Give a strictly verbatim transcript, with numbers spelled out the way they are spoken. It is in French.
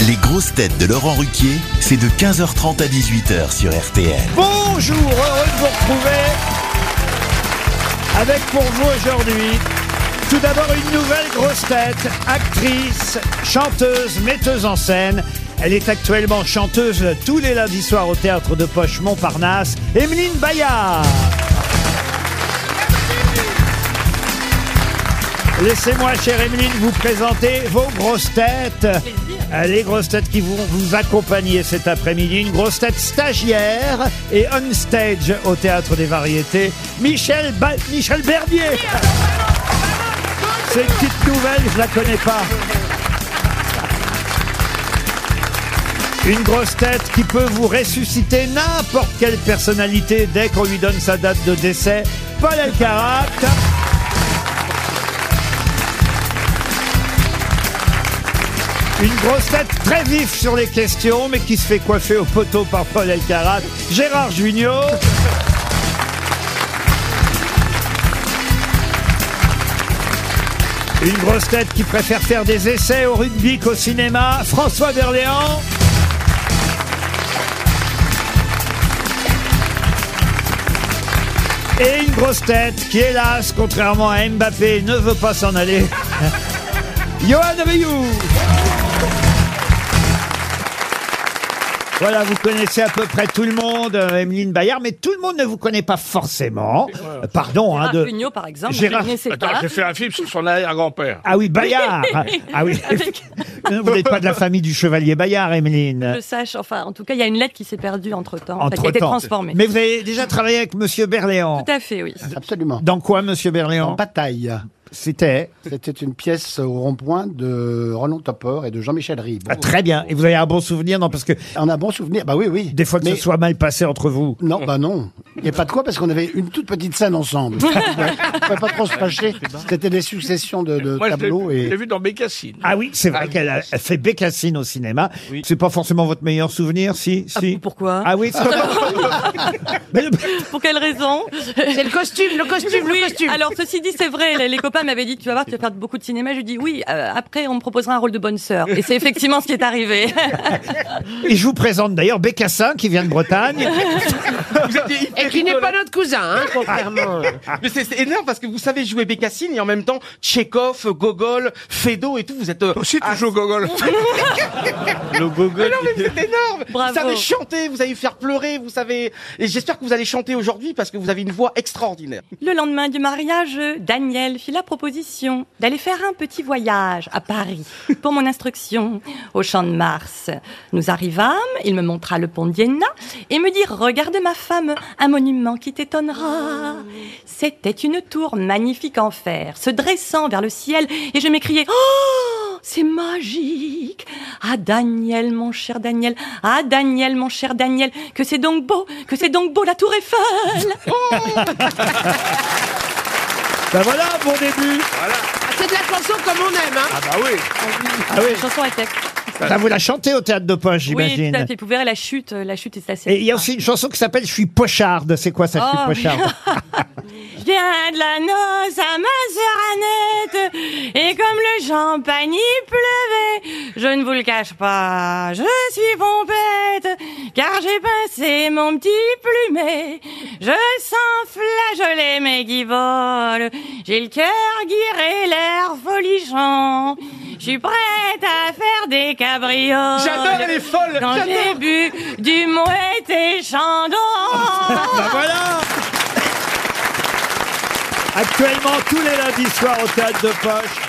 Les grosses têtes de Laurent Ruquier, c'est de quinze heures trente à dix-huit heures sur R T L. Bonjour, heureux de vous retrouver avec pour vous aujourd'hui, tout d'abord une nouvelle grosse tête, actrice, chanteuse, metteuse en scène. Elle est actuellement chanteuse tous les lundis soirs au théâtre de Poche Montparnasse, Emeline Bayard. Laissez-moi, chère Emeline, vous présenter vos grosses têtes. Les grosses têtes qui vont vous accompagner cet après-midi. Une grosse tête stagiaire et on stage au Théâtre des Variétés, Michel, ba- Michel Bernier. C'est une petite nouvelle, je la connais pas. Une grosse tête qui peut vous ressusciter n'importe quelle personnalité dès qu'on lui donne sa date de décès, Paul Elkarat. Une grosse tête très vif sur les questions, mais qui se fait coiffer au poteau par Paul Elkarat, Gérard Jugnot. Une grosse tête qui préfère faire des essais au rugby qu'au cinéma, François Berléand. Et une grosse tête qui, hélas, contrairement à Mbappé, ne veut pas s'en aller, Johan Rioux. Voilà, vous connaissez à peu près tout le monde, euh, Emeline Bayard, mais tout le monde ne vous connaît pas forcément. Euh, pardon, hein, Gérard de... Jugnot, par exemple, Gérard- je ne sais Attends, pas. j'ai fait un film sur son arrière-grand-père. Ah oui, Bayard. Ah oui. Avec- Vous n'êtes pas de la famille du chevalier Bayard, Emeline. Je sache, enfin, en tout cas, il y a une lettre qui s'est perdue entre-temps, en fait, qui a été Entre-temps. transformée. Mais vous avez déjà travaillé avec Monsieur Berléand. Tout à fait, oui. Absolument. Dans quoi, Monsieur Berléand? En bataille. C'était C'était une pièce au rond-point de Roland Topor et de Jean-Michel Ribes. ah, très bien. Et vous avez un bon souvenir, non? Parce que On a un bon souvenir. Bah oui, oui. des fois que Mais- ce soit mal passé entre vous. Non, bah non. Il n'y a pas de quoi parce qu'on avait une toute petite scène ensemble. On ne pouvait pas trop se fâcher. C'était des successions de, de Moi, je l'ai tableaux je l'ai et... vu dans Bécassine. Ah oui, c'est vrai Ah, qu'elle a elle fait Bécassine au cinéma. C'est pas forcément votre meilleur souvenir, si, Ah, si. pourquoi Ah oui, c'est Mais le- Pour quelle raison C'est le costume, le costume, Oui, le costume. alors ceci dit, c'est vrai, les, les copains m'avaient dit, tu vas voir, tu vas faire beaucoup de cinéma. Je lui dis, oui, euh, après, on me proposera un rôle de bonne sœur. Et c'est effectivement ce qui est arrivé. Et je vous présente d'ailleurs Bécassin qui vient de Bretagne. Vous êtes hyper Et qui n'est rigolo. pas notre cousin, hein, contrairement. Mais c'est c'est énorme parce que vous savez jouer Bécassine et en même temps Tchekhov, Gogol, Fédo et tout. Vous êtes euh, Aussi, tu ah, joues au gogol. le Gogol. Mais non, mais vous êtes énorme. Bravo. Vous savez chanter, vous savez faire pleurer, vous savez. Et j'espère que vous allez chanter aujourd'hui parce que vous avez une voix extraordinaire. Le lendemain du mariage, Daniel fit la proposition d'aller faire un petit voyage à Paris pour mon instruction au Champ de Mars. Nous arrivâmes, il me montra le pont d'Iéna et me dit « Regarde ma femme, un monument qui t'étonnera. » C'était une tour magnifique en fer, se dressant vers le ciel et je m'écriai « Oh, c'est magique. Ah Daniel, mon cher Daniel, ah Daniel, mon cher Daniel, que c'est donc beau, que c'est donc beau la tour Eiffel. » Ben voilà, bon début. C'est de la chanson comme on aime, hein. Ah bah oui. Ah oui. La chanson est texte. Ça, vous la chantez au théâtre de Poche, Oui, j'imagine. tout à fait. Vous verrez la chute, euh, la chute est assez. Et il y a aussi une chanson qui s'appelle Je suis pocharde. C'est quoi ça, Je suis Oh, pocharde? Je viens de la noce à ma sœur Annette, et comme le champagne y pleuvait, je ne vous le cache pas, je suis pompette, car j'ai pincé mon petit plumet. Je sens flageoler mes guivoles, j'ai le cœur guiré, l'air folichon. Je suis prête à faire des cabrioles. J'adore, elle est folle. Quand j'ai J'adore. bu du Moët et Chandon. Ben voilà. Actuellement, tous les lundis soirs au théâtre de Poche,